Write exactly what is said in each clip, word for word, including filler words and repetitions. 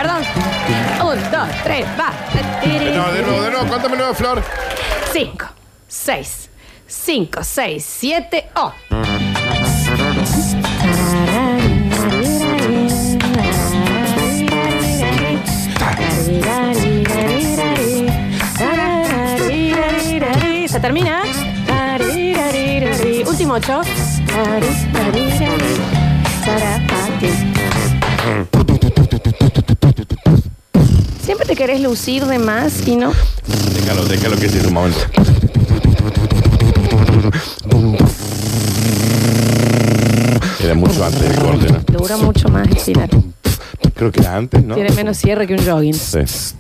perdón. Un, dos, tres, va. No, de nuevo, de nuevo, cuéntame nuevo, Flor. Cinco, seis, cinco, seis, siete, oh. Se termina. Último ocho. Siempre te querés lucir de más y no. Déjalo, déjalo que es un momento. Era mucho antes del corte, ¿no? Dura mucho más estirar. Creo que era antes, ¿no? Tiene menos cierre que un jogging. Sí.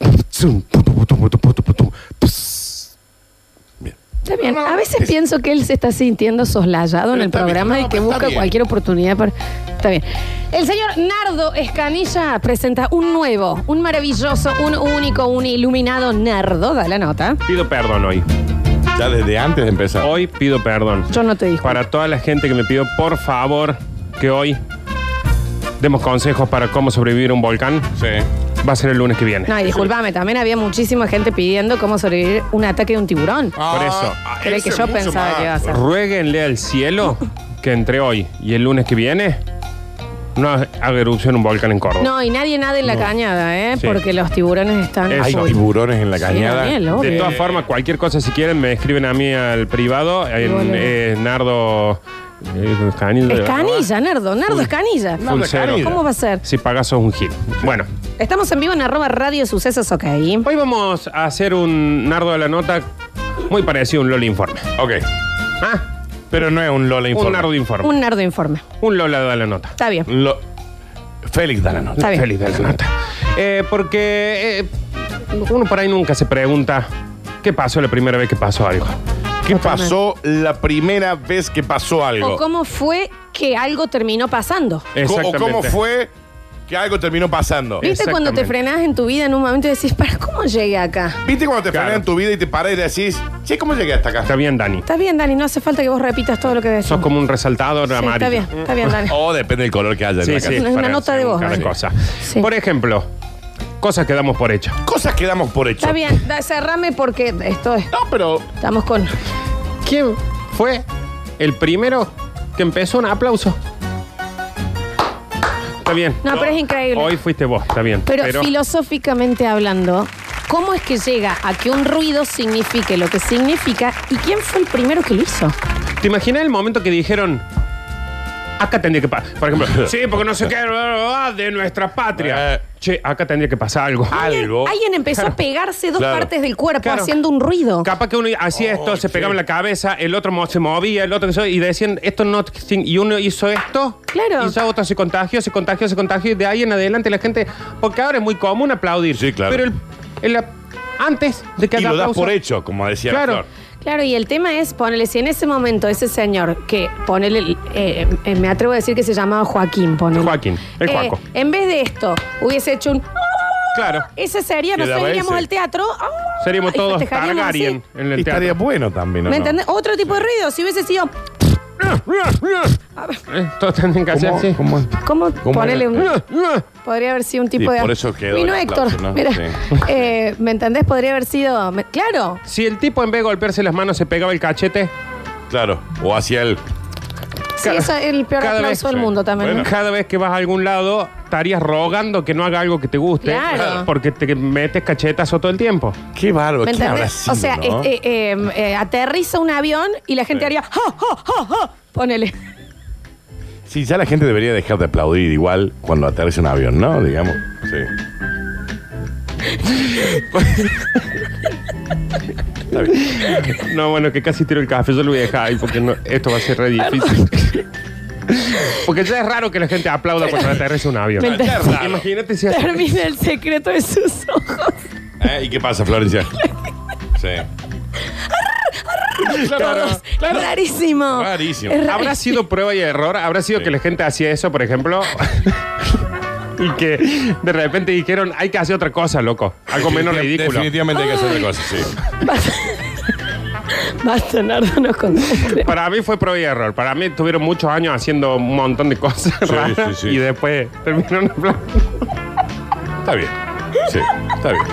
Bien. Está bien. No, no, A veces es... pienso que él se está sintiendo soslayado en el programa bien, no, y que busca bien. cualquier oportunidad para... Está bien. El señor Nardo Escanilla presenta un nuevo, un maravilloso, un único, un iluminado Nardo. Da la nota. Pido perdón hoy. Ya desde antes de empezar. Hoy pido perdón. Yo no te disculpo. Para toda la gente que me pidió, por favor, que hoy demos consejos para cómo sobrevivir a un volcán. Sí. Va a ser el lunes que viene. No, y discúlpame, también había muchísima gente pidiendo cómo sobrevivir un ataque de un tiburón. Ah, Por eso. Creo que eso yo es mucho pensaba más. que iba a ser. Ruéguenle al cielo que entre hoy y el lunes que viene no haga erupción un volcán en Córdoba. No, y nadie nada en la cañada, ¿eh? Sí. Porque los tiburones están... Eso. Hay full. tiburones en la Sí, cañada. Daniel, obvio. De todas formas, cualquier cosa, si quieren, me escriben a mí al privado en Bueno. eh, Nardo eh, Escanilla. Escanilla, Nardo, Nardo Escanilla. Full cero. ¿Cómo va a ser? Si pagas sos un gil. Bueno, Estamos en vivo en arroba radio sucesos, ok. hoy vamos a hacer un Nardo de la Nota muy parecido a un Lola Informe. Ok. ¿Ah? Pero no es un Lola Informe. Un Nardo Informe. Un Nardo informe. Un Lola de la Nota. Está bien. Lo... Félix da la nota. Está bien. Feliz de la Nota. Eh, porque eh, uno por ahí nunca se pregunta qué pasó la primera vez que pasó algo. ¿Qué pasó la primera vez que pasó algo? O cómo fue que algo terminó pasando. Co- O Exactamente. cómo fue que algo terminó pasando. ¿Viste cuando te Exactamente. frenás en tu vida en un momento y decís, ¿para cómo llegué acá? ¿Viste cuando te Claro. frenas en tu vida y te paras y decís, che, ¿cómo llegué hasta acá? Está bien, Dani. Está bien, Dani, no hace falta que vos repitas todo lo que decís. Sos como un resaltador Sí, amarillo. está bien, está bien, Dani. O depende del color que haya en Sí, la sí. casa. Es una para nota de según voz, cada Dani. cosa. Sí. Por ejemplo, cosas que damos por hecho. Cosas que damos por hecho. Está bien, da- cerrame porque esto es... No, pero Estamos con... ¿Quién fue el primero que empezó un aplauso? Está bien. No, pero es increíble. Hoy fuiste vos, está bien. Pero, filosóficamente hablando, ¿cómo es que llega a que un ruido signifique lo que significa y quién fue el primero que lo hizo? ¿te imaginas el momento que dijeron, acá tendría que pasar? Por ejemplo, sí, porque no sé qué, de nuestra patria. Eh. Che, acá tendría que pasar algo. algo. Alguien empezó Claro. a pegarse dos Claro. partes del cuerpo Claro. haciendo un ruido. Capaz que uno hacía esto, Oh, se pegaba sí. en la cabeza, el otro mo- se movía, el otro que y decían, esto no, y uno hizo esto, Claro. y otro se contagió, se contagió, se contagió, y de ahí en adelante la gente, porque ahora es muy común aplaudir. Sí, claro. Pero el, el- antes de que Y haya lo das aplauso, por hecho, como decía la Claro. Flor. Claro, y el tema es, ponele, si en ese momento ese señor, que ponele, eh, eh, me atrevo a decir que se llamaba Joaquín, ponele. Joaquín, el Eh, Joaco. en vez de esto, hubiese hecho un... Claro, Ese sería, Quedaba nosotros iríamos ese. al teatro. ¡ah! seríamos y todos festejaríamos Targaryen así. en Y el estaría teatro. bueno también, ¿no? ¿Me entendés? Otro tipo de ruido, si hubiese sido... Eh, todos tendrían que hacer ¿Cómo? así. ¿Cómo? ¿Cómo, ¿Cómo ponerle era? un... Podría haber sido un tipo Sí, de... por eso quedó Vino el Héctor, aplauso, ¿no? mira. Sí. Eh, ¿Me entendés? Podría haber sido... me- Claro. Si el tipo en vez de golpearse las manos se pegaba el cachete, Claro. O hacia él. Sí, Cada- eso es el peor cada aplauso vez- del mundo también. Bueno. ¿no? cada vez que vas a algún lado, estarías rogando que no haga algo que te guste. Claro. Porque te metes cachetazo todo el tiempo. Qué bárbaro. ¿Me ¿Qué habrá entendés? sido, O sea, no? eh, eh, eh, eh, aterriza un avión y la gente haría... ¡Ja, ja, ja, ja! Ponele. Sí, ya la gente debería dejar de aplaudir igual cuando aterriza un avión, ¿no? Digamos. Sí. Está bien. No, bueno, que casi tiro el café, yo lo voy a dejar ahí porque no- esto va a ser re difícil. Porque ya es raro que la gente aplauda cuando aterriza un avión. Me entendés. Es raro. Imagínate si hace- Termina el secreto de sus ojos. ¿Eh? ¿Y qué pasa, Florencia? Sí. Todos. Rarísimo. Rarísimo. Es ¿Habrá rarísimo. sido prueba y error? ¿Habrá sido Sí. que la gente hacía eso, por ejemplo? Y que de repente dijeron, hay que hacer otra cosa, loco. Algo menos Definitiv- ridículo. Definitivamente hay que hacer otra cosa, sí. Basta, Basta, Nardo, nos concentre. Para mí fue prueba y error. Para mí tuvieron muchos años haciendo un montón de cosas raras sí, sí. y después terminaron aplaudiendo. Está bien. Sí, está bien.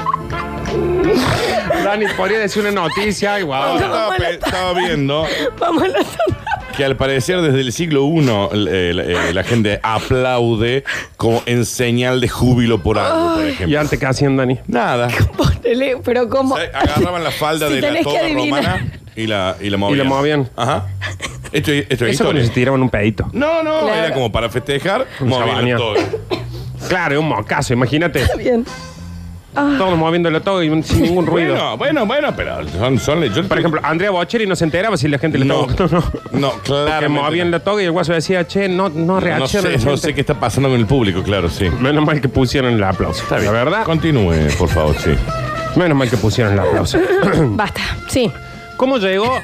Dani, podría decir una noticia igual. Yo estaba, pe- estaba viendo Vamos a la que al parecer desde el siglo primero eh, la, eh, la gente aplaude como en señal de júbilo por algo, por ejemplo. ¿Y antes qué hacían, Dani? Nada. Ponele, pero ¿cómo? Se agarraban la falda Si de la tenés que toga adivinar. romana y la, y la movían. Y la movían. Ajá. Esto, esto es Eso cuando historia. se tiraban un pedito. No, no, Claro. era como para festejar, Un movían sabaña. todo. Claro, es un mocazo, imagínate. Bien. Todos moviéndolo todo y sin ningún ruido. Bueno, bueno, bueno, pero son, son yo- Por ejemplo, Andrea Bocelli no se enteraba si la gente le No. estaba gustando o no. No, Que claro. movían la toga y el guaso decía, che, no, no No reacciona. sé, la no gente. sé qué está pasando con el público, claro, sí. Menos mal que pusieron el aplauso. Está bien. La verdad, Continúe, por favor, sí. menos mal que pusieron el aplauso. Basta. Sí. ¿Cómo llegó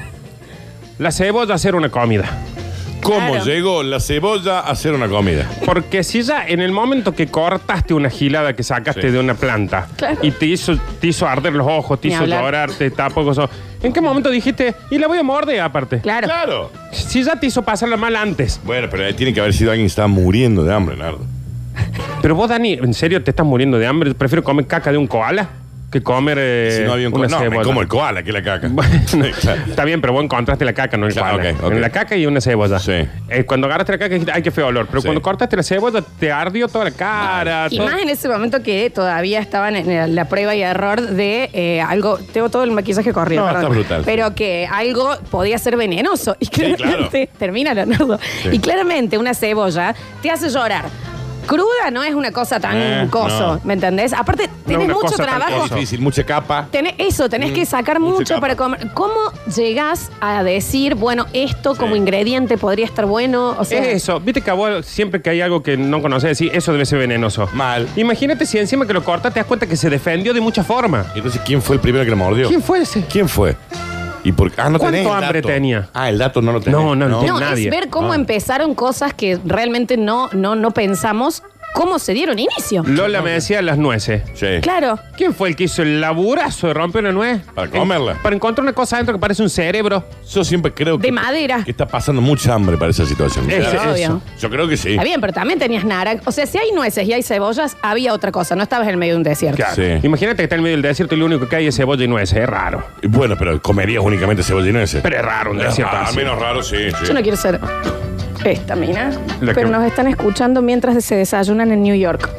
la cebolla a hacer una comida? ¿Cómo Claro. llegó la cebolla a hacer una comida? Porque si ya en el momento que cortaste una gilada que sacaste Sí. de una planta Claro. y te hizo, te hizo arder los ojos, te Ni hizo hablar. llorar, te tapó cosas, ¿en qué momento dijiste, y la voy a morder aparte? Claro. Claro. Si ya te hizo pasarla mal antes. Bueno, pero ahí tiene que haber sido alguien que estaba muriendo de hambre, Nardo. Pero vos, Dani, ¿en serio te estás muriendo de hambre? Prefiero comer caca de un koala que comer eh, Si no había un una koala. No, me cebolla. como el koala, que la caca. Bueno, Sí, claro. está bien, pero vos encontraste la caca, no el Claro, koala. ok, ok. En la caca y una cebolla. Sí. Eh, cuando agarraste la caca dijiste, ay, qué feo olor. Pero Sí. cuando cortaste la cebolla, te ardió toda la cara. Y todo. más en ese momento que todavía estaban en la, la prueba y error de eh, algo. Tengo todo el maquillaje corrido. No, perdón. está brutal. Pero que algo podía ser venenoso. Y claramente, termina Leonardo. Sí. Y claramente una cebolla te hace llorar. Cruda no es una cosa tan Eh, coso, no. ¿me entendés? Aparte, tenés una mucho cosa tan trabajo. Es difícil, mucha capa. Tenés, eso, tenés Mm, que sacar mucha mucho capa. para comer. ¿Cómo llegás a decir, bueno, esto como Sí. ingrediente podría estar bueno? O sea, Es eso. Viste que a vos siempre que hay algo que no conoces, decís, eso debe ser venenoso. Mal. Imagínate si encima que lo cortas te das cuenta que se defendió de muchas formas. Entonces, ¿quién fue el primero que lo mordió? ¿Quién fue ese? ¿Quién fue? ¿Y por qué? Ah, no ¿Cuánto tenés el hambre dato. tenía? Ah, el dato no lo tenés. No, no, no. no, nadie. es ver cómo Ah. empezaron cosas que realmente no, no, no pensamos cómo se dieron inicio. Lola me decía las nueces. Sí. Claro. ¿Quién fue el que hizo el laburazo de romper una nuez? Para comerla. En- para encontrar una cosa adentro que parece un cerebro. Yo siempre creo que, De madera. que está pasando mucha hambre para esa situación. Es- Claro. Obvio. eso. Yo creo que sí. Está bien, pero también tenías naranja. O sea, si hay nueces y hay cebollas, había otra cosa. No estabas en el medio de un desierto. Claro. Sí. Imagínate que está en medio del desierto y lo único que hay es cebolla y nueces. Es raro. Y Bueno, pero comerías únicamente cebolla y nueces. Pero es raro un Es desierto raro, así. menos raro, sí, sí. Yo no quiero ser esta mina. La Pero que- nos están escuchando mientras se desayunan en New York.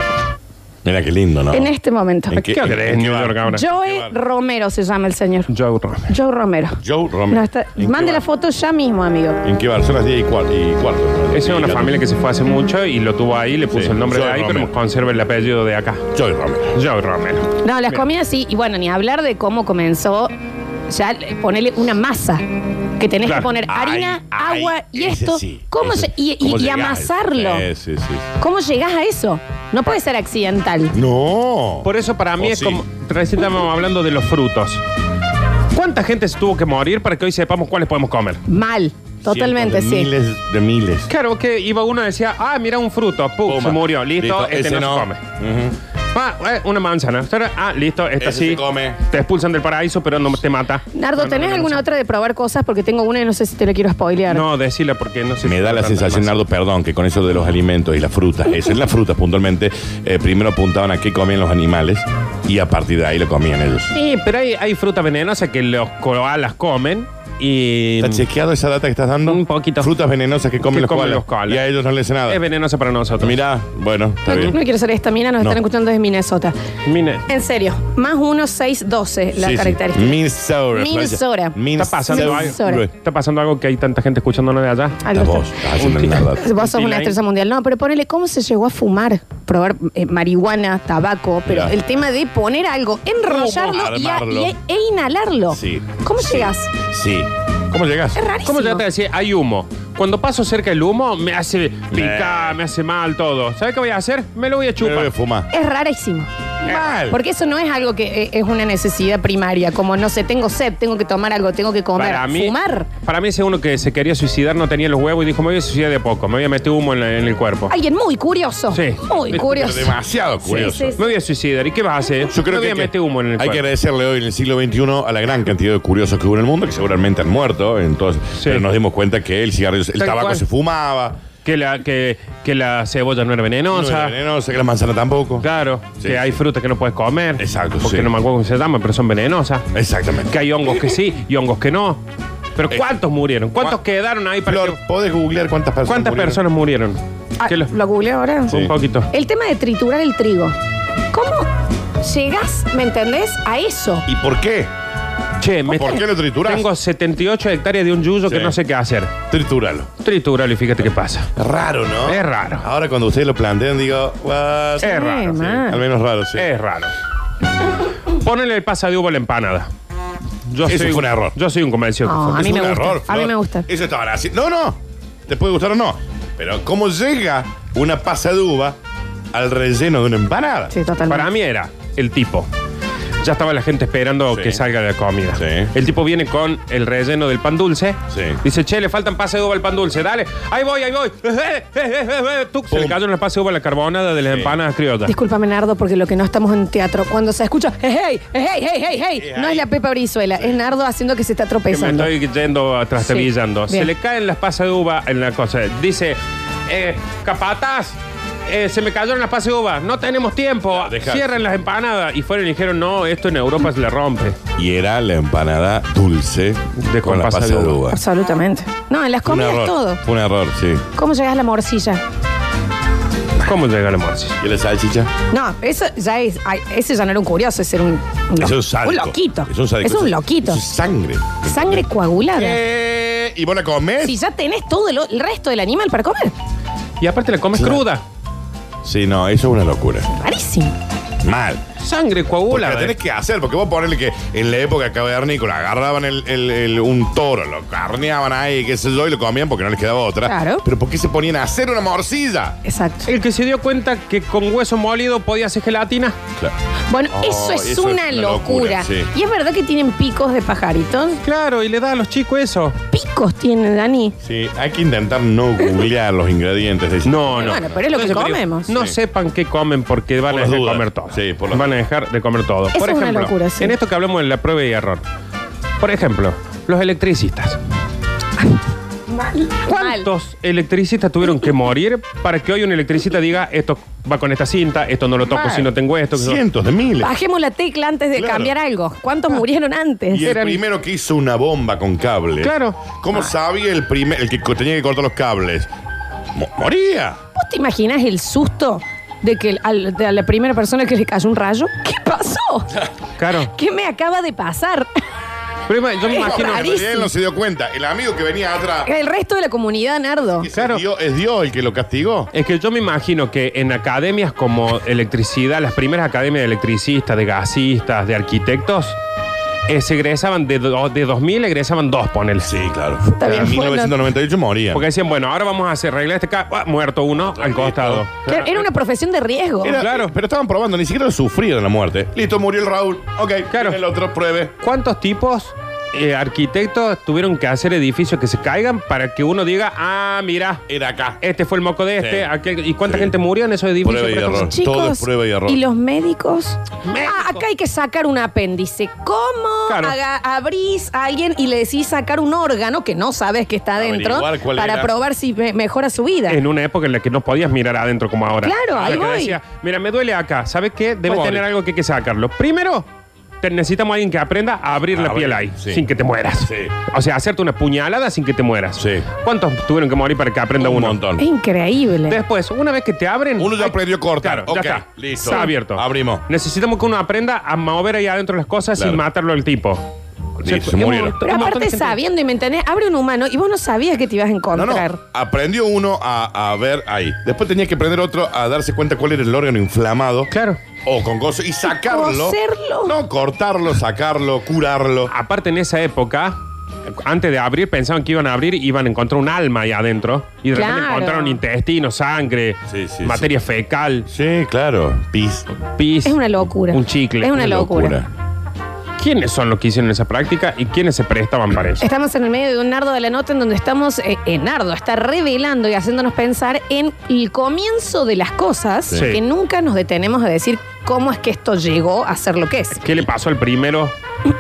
Mira qué lindo, ¿no? En este momento. ¿En ¿Qué crees en New bar? York ahora? Joey bar? Romero se llama el señor. Joe Romer. Joe Romero. Joe Romero. No, está- ¿En qué mande la bar? foto ya mismo, amigo. ¿En qué bar? Son las diez y cuarto. Y cuarto ¿no? Esa es una Y familia que se fue hace mucho y lo tuvo ahí, le puso Sí, el nombre de Joe ahí, Romero. pero conserva el apellido de acá. Joe Romero. Joe Romero. No, las Bien. comidas sí. Y bueno, ni hablar de cómo comenzó ya le- ponerle una masa. Que tenés Claro. que poner Ay, harina, ay, agua y ese esto. sí, ¿Cómo ese- se- y, y- ¿cómo y llegás? amasarlo? Sí, sí, sí. ¿Cómo llegás a eso? No puede ser accidental. No. Por eso para mí Oh, es sí. como... Recién estábamos hablando de los frutos. ¿Cuánta gente se tuvo que morir para que hoy sepamos cuáles podemos comer? Mal. Totalmente, Cientos de sí. Miles de miles. Claro que iba uno y decía, ah, mira un fruto, pum, Toma. se murió, listo, este ese no, se come. Ujú. Ah, eh, una manzana. Ah, listo, esta Ese sí. se come. Te expulsan del paraíso, pero no te mata. Nardo, No, no, ¿tenés no, no, alguna no. otra de probar cosas? Porque tengo una y no sé si te la quiero spoilear. No, decila porque no sé. Me si da la tanta sensación, más. Nardo, perdón, que con eso de los alimentos y las frutas, eso en las frutas puntualmente, eh, primero apuntaban a qué comían los animales y a partir de ahí lo comían ellos. Sí, pero hay, hay fruta venenosa que los koalas comen y... ¿Está chequeado esa data que estás dando? Un poquito. Frutas venenosas que comen, Que los, comen koalas. los koalas. Y a ellos no les hace nada. Es venenosa para nosotros. Mirá, bueno, está No, bien. no quiero ser esta mina, nos No. están escuchando desde Minnesota. Mire, En serio, más uno, seis, doce, la Sí, sí. característica. Minnesota. Minnesota. está pasando, algo, Minnesota. está pasando algo que hay tanta gente escuchándonos de allá. Algo La voz, está- estás haciendo Un la tiro. verdad. Vos sos una T-Line. estrella mundial. No, pero ponele cómo se llegó a fumar, probar eh, marihuana, tabaco, pero Mirá. el tema de poner algo, enrollarlo y, a- Armarlo. y a- e inhalarlo. Sí. ¿Cómo Sí. llegas? Sí. ¿Cómo llegas? Es rarísimo. ¿Cómo ya te decía? Hay humo. Cuando paso cerca del humo, me hace picar, Eh. me hace mal todo. ¿Sabes qué voy a hacer? Me lo voy a Me voy chupar. a fumar. Es rarísimo. Mal. Porque eso no es algo que eh, es una necesidad primaria, como no sé, tengo sed, tengo que tomar algo, tengo que comer. Para mí, Fumar. para mí ese uno que se quería suicidar no tenía los huevos y dijo, me voy a suicidar de poco, me voy a meter humo en, la- en el cuerpo. Alguien muy curioso. Sí. Muy Pero curioso. Demasiado curioso. sí, sí. Me voy a suicidar. ¿Y qué vas a hacer? Yo creo me voy que, a hay que- meter humo en el hay que cuerpo. agradecerle hoy en el siglo veintiuno a la gran cantidad de curiosos que hubo en el mundo, que seguramente han muerto. Entonces, Sí. pero nos dimos cuenta que el cigarrillo, el Tal tabaco cual. se fumaba, Que la, que, que la cebolla no era venenosa. No era venenosa, que la manzana tampoco. Claro, Sí, que hay sí. frutas que no puedes comer. Exacto, Porque sí. no me acuerdo cómo se llaman, pero son venenosas. Exactamente. Que hay hongos que sí y hongos que no. Pero Eh, ¿cuántos murieron? ¿Cuántos ¿cuá- quedaron ahí para Flor, que- ¿podés googlear cuántas personas ¿Cuántas murieron? personas murieron? Ah, ¿Qué lo- ¿Lo googleé ahora? Sí. Un poquito. El tema de triturar el trigo. ¿Cómo llegas, me entendés, a eso? ¿Y por qué? Che, me ¿Por qué lo triturás? tengo setenta y ocho hectáreas de un yuyo que Sí. no sé qué hacer. Tritúralo. Trituralo y fíjate qué pasa. Es raro, ¿no? Es raro. Ahora cuando ustedes lo plantean, digo, what? Es raro. Sí, sí. man. Al menos raro, sí. Es raro. Ponele el pasa de uva a la empanada. Yo Eso soy fue un error. Yo soy un convencido que No, fue. a mí Es me un gusta. error, A mí Flor. me gusta. Eso estaban haciendo. No, no. Te puede gustar o no. Pero ¿cómo llega una pasa de uva al relleno de una empanada? Sí, totalmente. Para mí era el tipo. Ya estaba la gente esperando Sí. que salga de la comida. Sí. El tipo viene con el relleno del pan dulce. Sí. Dice, che, le faltan pase de uva al pan dulce. Dale, ahí voy, ahí voy. Eh, eh, eh, eh, eh. Tú, se le Pum. cayó una pase de uva a la carbonada de las Sí. empanadas criollas. Discúlpame, Nardo, porque lo que no estamos en teatro, cuando se escucha, hey, hey, hey, hey, hey, hey, hey, Eh, no ahí. es la Pepa Brizuela, es Nardo haciendo que se está Que me tropezando. estoy yendo a trastabillando. Sí, Se bien. le caen las pasas de uva en la cosa. Dice, eh, capataz, eh, se me cayeron las pasas de uva. No tenemos tiempo. Ya, dejá. Cierren las empanadas. Y fueron y dijeron, no, esto en Europa se le rompe. Y era la empanada dulce De con con la pasa pasa de de uva. uva. Absolutamente. No, en las Fue un comidas error. todo. Fue un error, sí. ¿Cómo llegas a la morcilla? ¿Cómo llega la morcilla? ¿Y la salchicha? No, eso ya es, ay, ese ya no era un curioso, ese era un, un, Eso lo- es sádico. un loquito. Es un sádico. Es un Eso- loquito. Eso es sangre. Sangre coagulada. Eh, ¿Y vos la comés? Si ya tenés todo el, el resto del animal para comer. Y aparte la comes Claro. cruda. Sí, no, eso es una locura. Rarísimo. Mal. Sangre Porque coagulada. la tenés que hacer, porque vos ponerle que en la época cavernícola agarraban el, el- el- un toro, lo carneaban ahí, qué sé yo, y lo comían porque no les quedaba otra. Claro. Pero ¿por qué se ponían a hacer una morcilla? Exacto. El que se dio cuenta que con hueso molido podía hacer gelatina. Claro. Bueno, Oh, eso es eso es una una locura. locura, sí. Y es verdad que tienen picos de pajaritos. Claro, y le da a los chicos eso. Picos tienen, Dani. Sí, hay que intentar no googlear los ingredientes. de- No, no. Bueno, pero es lo que Entonces, comemos. No Sí. sepan qué comen porque van Por a las dejar de dudas. comer todo. Sí, por las Van a dejar de comer todo. Eso por es una ejemplo, locura, sí. en esto que hablamos de la prueba y error. Por ejemplo, los electricistas. Mal. ¿Cuántos electricistas tuvieron que morir para que hoy un electricista diga esto va con esta cinta, esto no lo toco Mal. si no tengo esto? que- Cientos de miles. Bajemos la tecla antes de Claro. cambiar algo. ¿Cuántos murieron antes? Y el Eran- primero que hizo una bomba con cable. Claro. ¿Cómo sabía el primer, el que co- tenía que cortar los cables? Mo- moría. ¿Vos te imaginas el susto de que al- de a la primera persona que le cayó un rayo? ¿Qué pasó? Claro. ¿Qué me acaba de pasar? Pero ima- yo me Es imagino. rarísimo. En realidad él no se dio cuenta. El amigo que venía atrás, El resto de la comunidad, Nardo. ese Claro. Dios- es Dios el que lo castigó. Es que yo me imagino que en academias como electricidad, las primeras academias de electricistas, de gasistas, de arquitectos, eh, se egresaban de, do- de dos mil, egresaban dos, ponele. Sí, claro. Está bien, En mil novecientos noventa y ocho moría. Porque decían, bueno, ahora vamos a hacer arreglar este ca ah, muerto uno al costado. Que Era una profesión de riesgo. Era- claro. Pero estaban probando, ni siquiera lo sufrieron la muerte. Listo, murió el Raúl. Ok, Claro. viene el otro, pruebe. ¿Cuántos tipos eh, arquitectos tuvieron que hacer edificios que se caigan para que uno diga, ah, mira, Era acá. este fue el moco de este, Sí. aquel, ¿y cuánta Sí. gente murió en esos edificios? Prueba y por ejemplo? error. Chicos, Todo es prueba y error. los médicos? Médicos. Ah, acá hay que sacar un apéndice. ¿Cómo Claro. haga- abrís a alguien y le decís sacar un órgano que no sabes que está adentro Averiguar cuál para era. probar si me- mejora su vida? En una época en la que no podías mirar adentro como ahora. Claro, ahí La que voy. decía, mira, me duele acá. ¿Sabes qué? Debe ¿Cómo tener abrir? algo que hay que sacarlo. Primero, te- necesitamos a alguien que aprenda a abrir A la abrir, piel ahí, sí. sin que te mueras. Sí. O sea, hacerte una puñalada sin que te mueras. Sí. ¿Cuántos tuvieron que morir para que aprenda Un uno? montón. Es increíble. Después, una vez que te abren... Uno ya hay- aprendió a cortar. Claro, Ok, ya está. listo. Está abierto. Abrimos. Necesitamos que uno aprenda a mover ahí adentro las cosas Claro. sin matarlo al tipo. Listo, se hemos- murieron. Pero un montón aparte de gente- sabiendo y me entendés, abre un humano y vos no sabías que te ibas a No, encontrar. no. Aprendió uno a, a ver ahí. Después tenía que aprender otro a darse cuenta cuál era el órgano inflamado. Claro. O con gozo. Y sacarlo. coserlo. No, cortarlo, sacarlo, curarlo. Aparte, en esa época, antes de abrir, pensaban que iban a abrir y iban a encontrar un alma ahí adentro. Y de repente Claro. encontraron intestino, sangre, Sí, sí, materia fecal, Sí, claro. Pis. pis. Es una locura. Un chicle. Es una, Una locura. locura. ¿Quiénes son los que hicieron esa práctica y quiénes se prestaban para eso? Estamos en el medio de un Nardo de la Nota en donde estamos, eh, eh, Nardo está revelando y haciéndonos pensar en el comienzo de las cosas, Sí. que nunca nos detenemos a decir cómo es que esto llegó a ser lo que es. ¿Qué le pasó al primero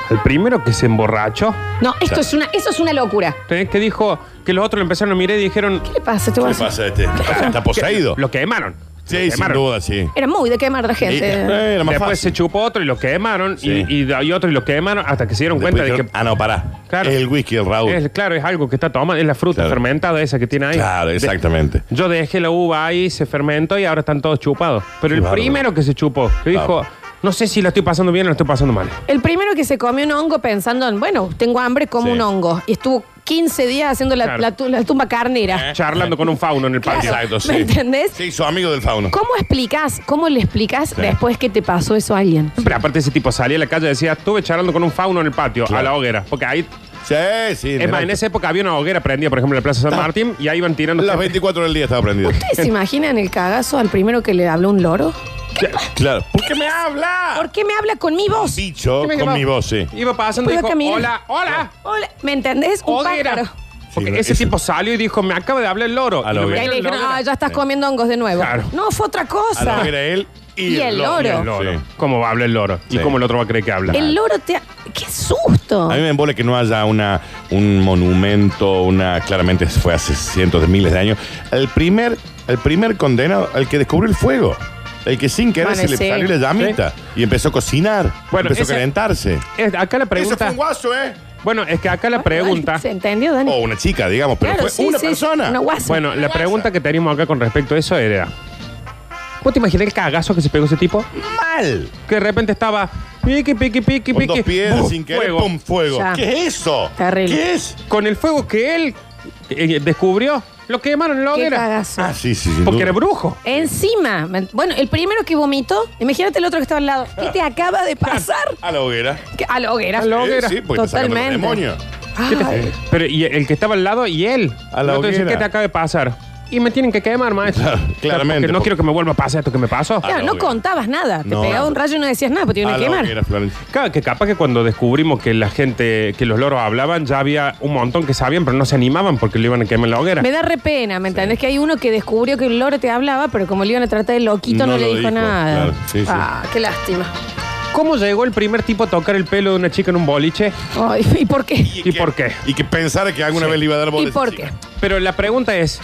El primero que se emborrachó, No, esto es una, eso es una locura. ¿eh? que dijo que los otros lo empezaron a mirar y dijeron, ¿Qué le pasa? Te ¿Qué voy a le hacer- pasa a este? Está, está poseído. lo quemaron. Sí, Lo sin quemaron. duda, sí. Era muy de quemar a la gente. Eh, Era más Después fácil. se chupó otro y lo quemaron. Sí. Y, y, y otro y lo quemaron hasta que se dieron Después cuenta de dijeron, que. ah, no, pará. Claro. Es el whisky, el Raúl. Es, claro, es algo que está tomando, es la fruta Claro. fermentada esa que tiene ahí. Claro, exactamente. De- yo dejé la uva ahí, se fermentó y ahora están todos chupados. Pero Qué el bárbaro. primero que se chupó, que dijo, Claro. no sé si la estoy pasando bien o la estoy pasando mal. El primero que se comió un hongo pensando en, bueno, tengo hambre, como Sí. un hongo. Y estuvo quince días haciendo la, Claro. la tu- la tumba carnera. Charlando con un fauno en el patio. Exacto, sí. ¿Me entendés? Sí, su amigo del fauno. ¿Cómo explicas, cómo le explicas Sí. después que te pasó eso a alguien? Pero aparte ese tipo salía a la calle y decía, estuve charlando con un fauno en el patio, Claro. a la hoguera. Porque ahí, Sí, sí. es más, en esa época había una hoguera prendida, por ejemplo, en la Plaza San Martín, y ahí iban tirando. Las gente. veinticuatro del día estaba prendido. ¿Ustedes se imaginan el cagazo al primero que le habló un loro? Claro. ¿Por qué me habla? ¿Por qué me habla con mi voz? Bicho ¿Qué me con llamó? mi voz, sí. Iba pasando y Iba dijo, caminando. hola, hola. Hola, ¿me entendés? Un Hoguera. pájaro. Porque Sí, ese eso- tipo salió y dijo, me acaba de hablar el loro. A la Y lo hoguera. Y ahí metió le en la dijeron, hoguera. ah, ya estás comiendo hongos de nuevo. Claro. No, fue otra A la cosa. hoguera él y, Y el loro. El loro. Sí. ¿Cómo va a hablar el loro? ¿Y Sí. cómo el otro va a creer que habla? El loro te... ha- ¡Qué susto! A mí me embole que no haya una, un monumento, una, claramente fue hace cientos de miles de años. El primer, el primer condenado, el que descubrió el fuego. El que sin querer Bueno, se le sí. salió la llamita y empezó a cocinar. Bueno, empezó ese- a calentarse. Es- acá la Eso pregunta... fue un guaso, ¿eh? Bueno, es que acá la pregunta... ¿Se entendió, Dani? O una chica, digamos, pero Claro, fue sí, una sí, persona. Una guasa. Bueno, la pregunta que teníamos acá con respecto a eso era... ¿Vos te imaginas el cagazo que se pegó ese tipo? Mal. Que de repente estaba... Piqui, piqui, piqui, Con piqui. dos piedras, ¡Buf! sin querer, fuego. pum, fuego. Ya. ¿Qué es eso? Terrible. ¿Qué es? Con el fuego que él eh, descubrió, lo quemaron en la Qué hoguera. cagazo. Ah, sí, sí, sí. Porque era brujo. Encima, me- bueno, el primero que vomitó, imagínate el otro que estaba al lado. ¿Qué te acaba de pasar? A la hoguera. Que- A la hoguera. A la hoguera. Sí, sí, porque está sacando los Totalmente. demonios. ¿Qué te- Ay, Pero y el que estaba al lado y él. A la El otro dice, hoguera. ¿qué te acaba de pasar? Y me tienen que quemar, maestro. Claro, O sea, claramente, Porque no porque- quiero que me vuelva a pasar esto que me pasó. claro, la no hoguera. contabas nada. Te No. pegaba un rayo y no decías nada, porque te iban A a la quemar. hoguera, Florencia. Claro, que capaz que cuando descubrimos que la gente, que los loros hablaban, ya había un montón que sabían, pero no se animaban porque le iban a quemar en la hoguera. Me da re pena, ¿me entendés? Que hay uno que descubrió que el loro te hablaba, pero como le iban a tratar de loquito, no, No le lo dijo, dijo, nada. claro. Sí, sí. Ah, qué lástima. ¿Cómo llegó el primer tipo a tocar el pelo de una chica en un boliche? Ay, ¿y por qué? ¿Y que- por qué? Y que pensara que alguna Sí. vez le iba a dar bola. ¿Y por qué? Pero la pregunta es,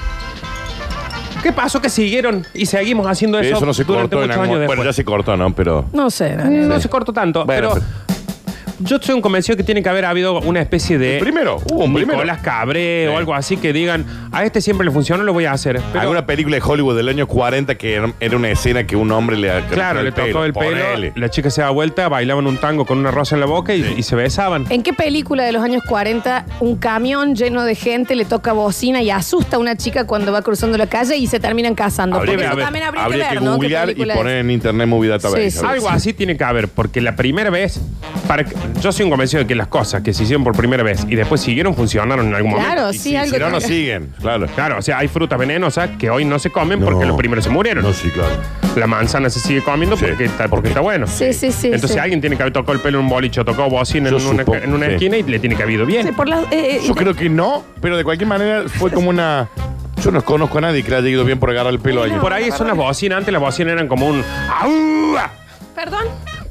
¿qué pasó que siguieron y seguimos haciendo eso, Eso no se durante cortó en muchos algún años Bueno, ya después? se cortó, ¿no? Pero. No sé, Dani. No Sí. se cortó tanto, Bueno, pero yo estoy un convencido que tiene que haber habido una especie de El primero, hubo un primero. Nicolás Cabré Sí. o algo así que digan, a este siempre le funcionó, lo voy a hacer. Pero, Alguna película de Hollywood del año cuarenta que era- era una escena que un hombre le claro, le tocó el pelo, ponele. la chica se da vuelta, bailaban un tango con una rosa en la boca y, Sí. y se besaban. ¿En qué película de los años cuarenta un camión lleno de gente le toca bocina y asusta a una chica cuando va cruzando la calle y se terminan casando? Habría, Porque que, eso ver- también habría, habría que que ver, ¿no? ¿Qué googlear y película es? poner en internet Movie Database. Sí, a ver. Algo así tiene que haber, porque la primera vez, para que- yo soy un convencido de que las cosas que se hicieron por primera vez y después siguieron funcionaron en algún Claro, momento. Y sí, si, algo si no, que- no siguen. Claro. Claro, o sea, hay frutas venenosas que hoy no se comen porque No. los primeros se murieron. No, sí, claro. La manzana se sigue comiendo Sí. porque, está, porque está bueno. Sí, sí, sí. Entonces sí. alguien tiene que haber tocado el pelo en un boliche o tocado bocina en Yo una, supongo, en una sí. esquina y le tiene que haber ido bien. Sí, por la- eh, eh, Yo creo que no, pero de cualquier manera fue como una. Yo no conozco a nadie que le haya ido bien por agarrar el pelo a alguien. Por ahí son las bocinas. Antes las bocinas eran como un... ¡Aúa! Perdón.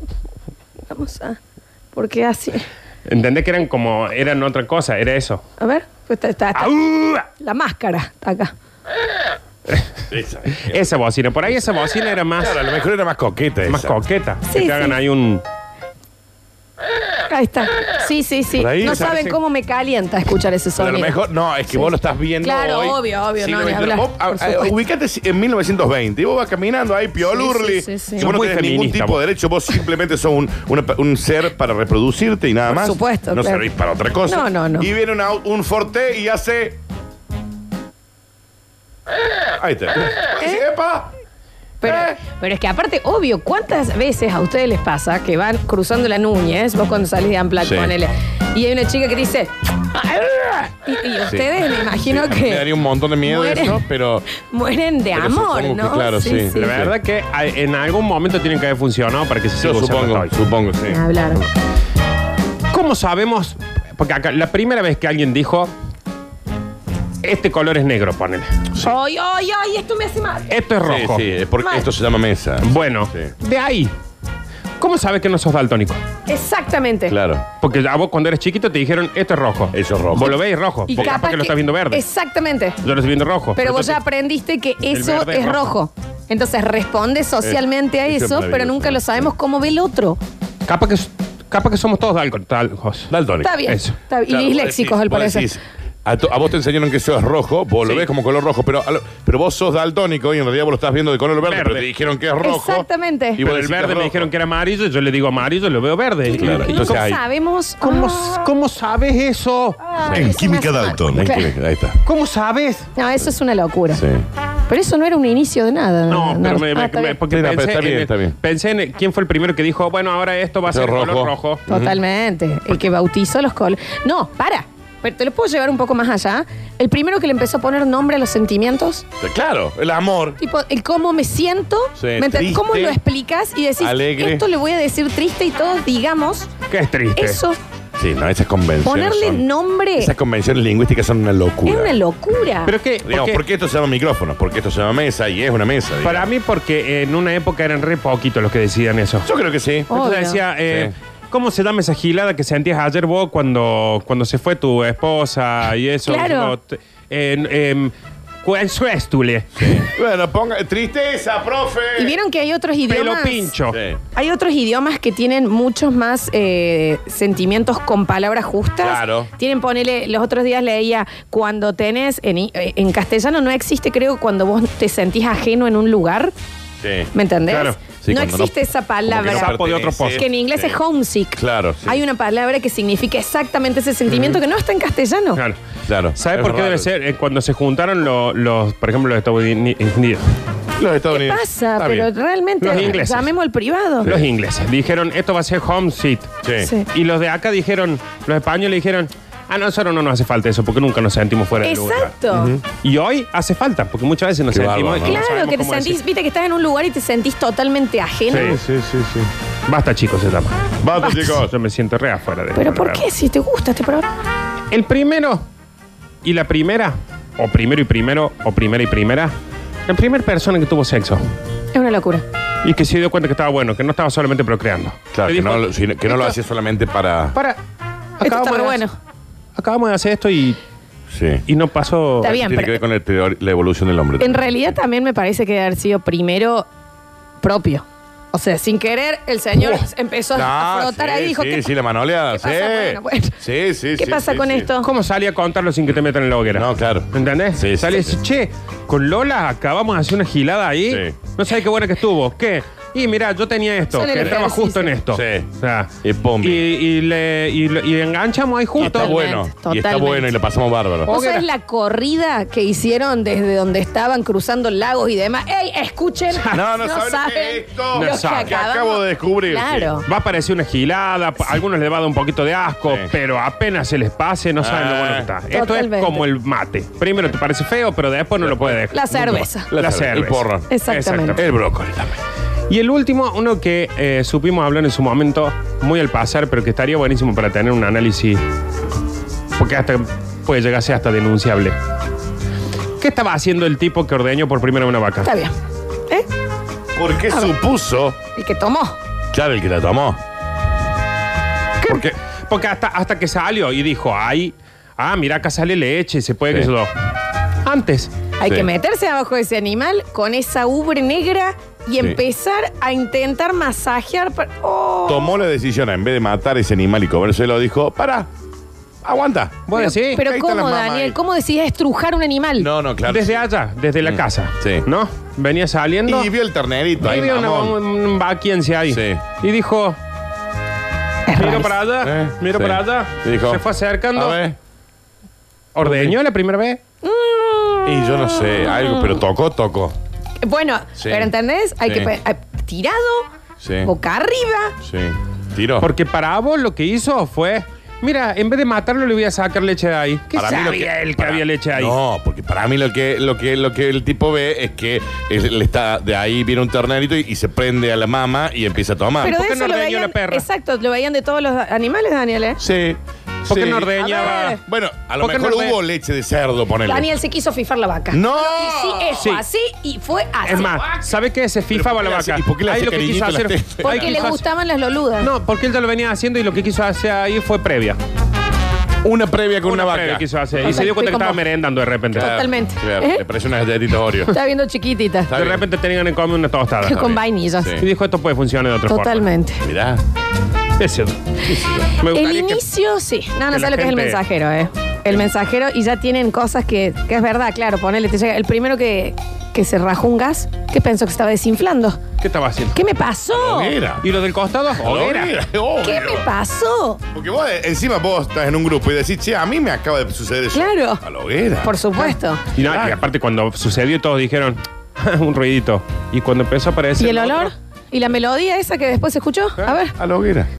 Vamos a... ¿Por qué así? ¿Entendés que eran como... Eran otra cosa? Era eso. A ver, pues está, está- está- ¡Aúa! la máscara está acá. Esa. Esa bocina. Por ahí esa bocina era más, Claro, a lo mejor era más coqueta esa. más coqueta. Sí, que te hagan sí. ahí un... Ahí está. Sí, sí, sí. Por ahí No parece- saben cómo me calienta escuchar ese Pero a sonido. lo mejor, no, es que Sí. vos lo estás viendo Claro, hoy. obvio, obvio, siglo no, ni veintiuno. hablar, Vos, a- por a- supuesto. ubicate en mil novecientos veinte y vos vas caminando ahí, piolurli. Sí, sí, sí, sí. Y Sos vos no muy tenés ningún feminista, tipo vos. de derecho. Vos simplemente sos un, una- un ser para reproducirte y nada Por más. supuesto, No claro. servís para otra cosa. No, no, no. Y viene una- un forte y hace... Ahí está. Y dice, ¡epa! Pero, Eh. pero es que aparte, obvio, ¿cuántas veces a ustedes les pasa que van cruzando la Núñez, vos cuando salís de Amplac, Sí. ponele, y hay una chica que dice... Y, y ustedes me imagino Sí, a mí que me daría un montón de miedo mueren. eso, pero... mueren de Pero amor, supongo que ¿no? claro, sí. La verdad que hay- en alún momento tienen que haber funcionado para que se siga Yo usando supongo, hasta hoy. supongo, sí. Ni hablar. ¿Cómo sabemos? Porque acá, la primera vez que alguien dijo, este color es negro, ponele. ¡Ay, ay, ay! Esto me hace mal. Esto es Sí, rojo. sí, es porque Mal. esto se llama mesa. Bueno, Sí. de ahí. ¿Cómo sabes que no sos daltónico? Exactamente. Claro. Porque a vos cuando eres chiquito te dijeron, esto es rojo. Eso es rojo. Vos lo veis rojo. Y Porque capaz que lo estás viendo verde. Exactamente. Yo lo estoy viendo rojo. Pero vos ya entonces- aprendiste que El eso verde es es rojo. Entonces responde socialmente a eso es eso, pero maravilloso. nunca lo sabemos cómo ve el otro. Capaz que, capaz que somos todos daltónicos. Daltónico. Está bien. Eso. Está bien. Claro, Y vos disléxicos, decís- al vos parecer. decís, A, to- a vos te enseñaron que eso es rojo, vos Sí. lo ves como color rojo, pero, a lo- pero vos sos daltónico y en realidad vos lo estás viendo de color verde, Verde. pero te dijeron que es rojo. Exactamente. Y vos Pero el decís que verde es me rojo. dijeron que era amarillo, yo le digo amarillo, lo veo verde. Sí, claro. ¿Y Entonces cómo hay- sabemos? ¿Cómo, Ah. ¿Cómo sabes eso? Ay, En eso Química me hace mal. Dalton. Ven Claro. que- Ahí está. ¿Cómo sabes? No, eso es una locura. Sí. Pero eso no era un inicio de nada. No, pero Nardo. me, Ah, me- está me- bien. porque Sí, no, pero pensé, está bien, en, está bien. pensé en quién fue el primero que dijo, bueno, ahora esto va a Eso ser es color rojo. rojo. Totalmente. El que bautizó los colores. No, para. Pero te lo puedo llevar un poco más allá. El primero que le empezó a poner nombre a los sentimientos. Claro, el amor. Tipo, el cómo me siento. Sí, ¿me entendés? triste, ¿Cómo lo explicas? Y decís, alegre. esto le voy a decir triste y todos digamos Que es triste. eso. Sí, no, esas convenciones. Ponerle son- nombre Esas convenciones lingüísticas son una locura. es una locura. Pero que, Digamos, porque- ¿por qué esto se llama micrófono? Porque esto se llama mesa y es una mesa. digamos. para mí, porque en una época eran re poquitos los que decían eso. Yo creo que sí. Oh. Entonces Obvio. decía, eh, Sí. ¿cómo se llama esa gilada que sentías ayer vos cuando, cuando se fue tu esposa y eso? Claro. No, te- en, em, en Suéstule. Bueno, ponga. Tristeza, profe. Y vieron que hay otros Pelo idiomas. pincho. Sí. Hay otros idiomas que tienen muchos más eh, sentimientos con palabras justas. Claro. Tienen, ponele, los otros días leía, cuando tenés, en, i- eh, en castellano no existe, creo, cuando vos te sentís ajeno en un lugar. Sí. ¿Me entendés? Claro. Sí, no cuando no- existe esa como que no palabra. Sapo de otro pertenece. pozo. Que en inglés Sí. es homesick. Claro, sí. Hay una palabra que significa exactamente ese sentimiento que no está en castellano. Claro. Claro. ¿Sabes Es por qué raro. debe ser? Eh, cuando se juntaron lo- los, por ejemplo, los estadounidenses. Los ¿Qué estadounidenses. pasa? Está Pero bien. realmente, Los ingleses. llamemos al privado. Los ingleses dijeron, esto va a ser home seat. Sí. Sí. Y los de acá dijeron, los españoles dijeron, a nosotros no nos hace falta eso porque nunca nos sentimos fuera del lugar. Exacto. Y hoy hace falta, porque muchas veces nos Qué sentimos. bárbaro, y no Claro, sabemos que te cómo sentís, decir. viste que estás en un lugar y te sentís totalmente ajeno. Sí. Sí, sí, sí. Basta, chicos, se llama. Vamos, chicos. Yo me siento re afuera de Pero esto, ¿por la qué? verdad. Si te gusta este programa. El primero y la primera, o primero y primero, o primera y primera, la primera persona que tuvo sexo Es una locura. y que se dio cuenta que estaba bueno, que no estaba solamente procreando. Claro, Le que dijo, no, lo- si- que no lo esto- hacía solamente para. Para. Esto acabamos está de bueno. hacer- Acabamos de hacer esto y, Sí. y no pasó. Está bien, Tiene pero- que ver con la, teoría- la evolución del hombre. En realidad también me parece que debe haber sido primero propio. O sea, sin querer, el señor Oh. empezó a No, frotar sí, ahí y dijo, sí, ¿qué, sí, la manoleada. ¿qué Sí. pasa? Bueno, bueno. Sí, sí, ¿qué sí, pasa sí, con sí. esto? ¿Cómo salí a contarlo sin que te metan en la hoguera? No, claro. ¿Entendés? Sí, sí, Salí y sí. dice, che, con Lola acabamos de hacer una gilada ahí. Sí. No sabes qué buena que estuvo. ¿Qué? Y mira, yo tenía esto, Son el que estaba ejercicio. justo en esto. Sí. O sea, Y pum. y, y le, y, lo- y enganchamos ahí Y justo. está Totalmente, bueno. Y está totalmente. bueno y lo pasamos bárbaro. ¿Vos Hoguera. sabés la corrida que hicieron desde donde estaban cruzando lagos y demás? ¡Ey, escuchen! No, no saben lo que es esto. lo No saben. Que acabo de descubrir. Claro. Va a parecer una gilada, a algunos les va a dar un poquito de asco, Sí. pero apenas se les pase, no saben lo Ah. bueno que está. Esto Totalmente. es como el mate. Primero te parece feo, pero después no lo puedes dejar. La cerveza. La, La cerveza. cerveza. El porro. Exactamente. El brócoli también. Y el último, uno que eh, supimos hablar en su momento, muy al pasar, pero que estaría buenísimo para tener un análisis, porque hasta puede llegar a ser hasta denunciable. ¿Qué estaba haciendo el tipo que ordeñó por primera vez una vaca? Está bien. ¿Eh? ¿Por qué supuso? El que tomó. Claro, el que la tomó. ¿Qué? Porque- Porque hasta, hasta que salió y dijo, ay, ah, mira, acá sale leche, se puede Sí. que eso lo... Antes. Hay Sí. que meterse abajo de ese animal con esa ubre negra y empezar a intentar masajear. para- ¡Oh! Tomó la decisión, en vez de matar ese animal y comérselo, dijo, para, aguanta. ¿Vos Pero, decís? pero Ahí está ¿cómo, la mamá Daniel? ahí. ¿Cómo decís estrujar un animal? No, no, claro. Desde sí. allá, desde la Mm, casa. sí. ¿No? Venía saliendo. Y vio el ternerito y ahí, vio una, mamón. un, un vaquiencia ahí. Sí. Y dijo, Es miro raro. para allá, Eh, miro sí. para allá. Y dijo, se fue acercando. A ver. Ordeñó la primera vez. Y yo no sé, algo, pero tocó, tocó. Bueno, Sí. pero ¿entendés? Hay Sí. que pe- eh, tirado, Sí. boca arriba. Sí. Tiró. Porque para vos lo que hizo fue, mira, en vez de matarlo le voy a sacar leche de ahí. ¿Qué Para mí lo sabía él que para- había leche ahí? No, porque para mí lo que, lo que, lo que el tipo ve es que él está de ahí viene un ternerito y, y se prende a la mama y empieza a tomar. Pero ¿por de qué eso no lo ordeñó veían. la perra? Exacto, lo veían de todos los animales, Daniel, ¿eh? Sí. ¿Por qué Sí. no A ordeñaba? ver. Bueno, a lo ¿Por qué mejor no re- hubo leche de cerdo, ponele. Daniel se quiso fifar la vaca. ¡No! Y sí, eso Sí. así y fue así. Es más, ¿sabe qué? Se fifaba ¿por la qué le vaca. hace- y por qué le Ahí hace lo que quiso cariñito a hacer. las tetas? ahí Porque quiso le hacer- gustaban las loludas. No, porque él ya lo venía haciendo y lo que quiso hacer ahí fue previa. Una previa con una, previa vaca. quiso hacer. Y Total, se dio cuenta que estoy estaba como- merendando de repente. Claro, Totalmente. Claro, ¿Eh? le parece una galletita Oreo. Está viendo chiquitita. Está De bien. repente tenían en comer una tostada. Con vainillas. Sí. Y dijo, esto puede funcionar de otra Totalmente. Mirá. forma. Es cierto. Me El gustaría que- inicio, sí. No, no que sé la lo que es el gente- mensajero, ¿eh? El mensajero y ya tienen cosas que, que es verdad, claro. Ponele, te llega. El primero que, que se rajó un gas, que pensó que estaba desinflando. ¿Qué estaba haciendo? ¿Qué me pasó? Hoguera. ¿Y lo del costado? Hoguera. Hoguera, ¿Qué obvio. me pasó? Porque vos, eh, encima vos estás en un grupo y decís, che, a mí me acaba de suceder eso. Claro. A la hoguera. Por supuesto. Y nada, que aparte cuando sucedió todos dijeron, un ruidito. Y cuando empezó a aparecer... ¿Y el otro- olor? ¿Y la melodía esa que después se escuchó? A ver. A la hoguera.